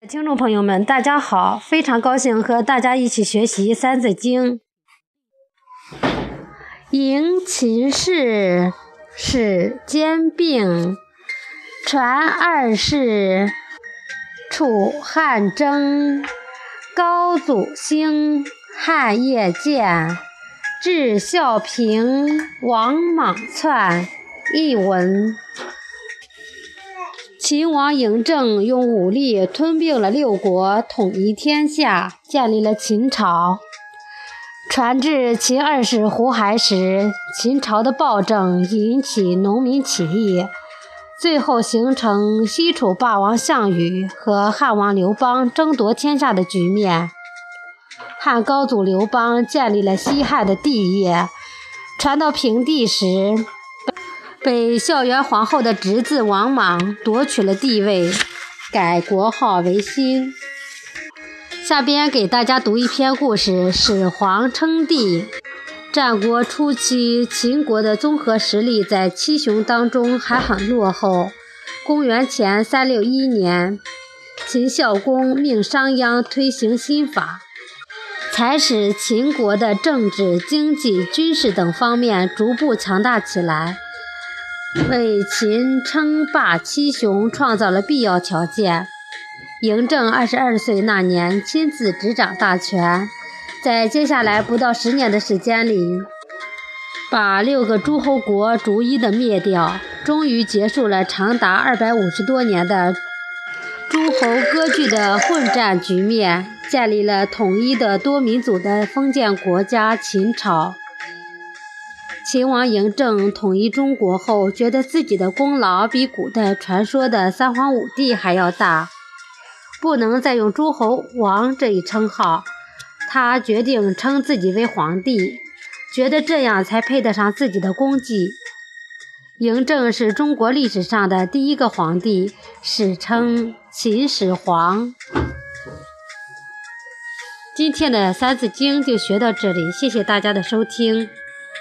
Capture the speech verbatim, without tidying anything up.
听众朋友们，大家好，非常高兴和大家一起学习《三字经》。迎秦氏，使兼并，传二世，楚汉争。高祖兴，汉业建，至孝平，王莽篡。译文：秦王嬴政用武力吞并了六国，统一天下，建立了秦朝。传至秦二世胡亥时，秦朝的暴政引起农民起义，最后形成西楚霸王项羽和汉王刘邦争夺天下的局面。汉高祖刘邦建立了西汉的帝业，传到平地时，被孝元皇后的侄子王莽夺取了帝位，改国号为新。下边给大家读一篇故事：始皇称帝。战国初期，秦国的综合实力在七雄当中还很落后。公元前三六一年，秦孝公命商鞅推行新法，才使秦国的政治、经济、军事等方面逐步强大起来，为秦称霸七雄创造了必要条件。嬴政二十二岁那年，亲自执掌大权，在接下来不到十年的时间里，把六个诸侯国逐一的灭掉，终于结束了长达二百五十多年的诸侯割据的混战局面，建立了统一的多民族的封建国家秦朝。秦王嬴政统一中国后，觉得自己的功劳比古代传说的三皇五帝还要大，不能再用诸侯王这一称号，他决定称自己为皇帝，觉得这样才配得上自己的功绩。嬴政是中国历史上的第一个皇帝，史称秦始皇。今天的三字经就学到这里，谢谢大家的收听。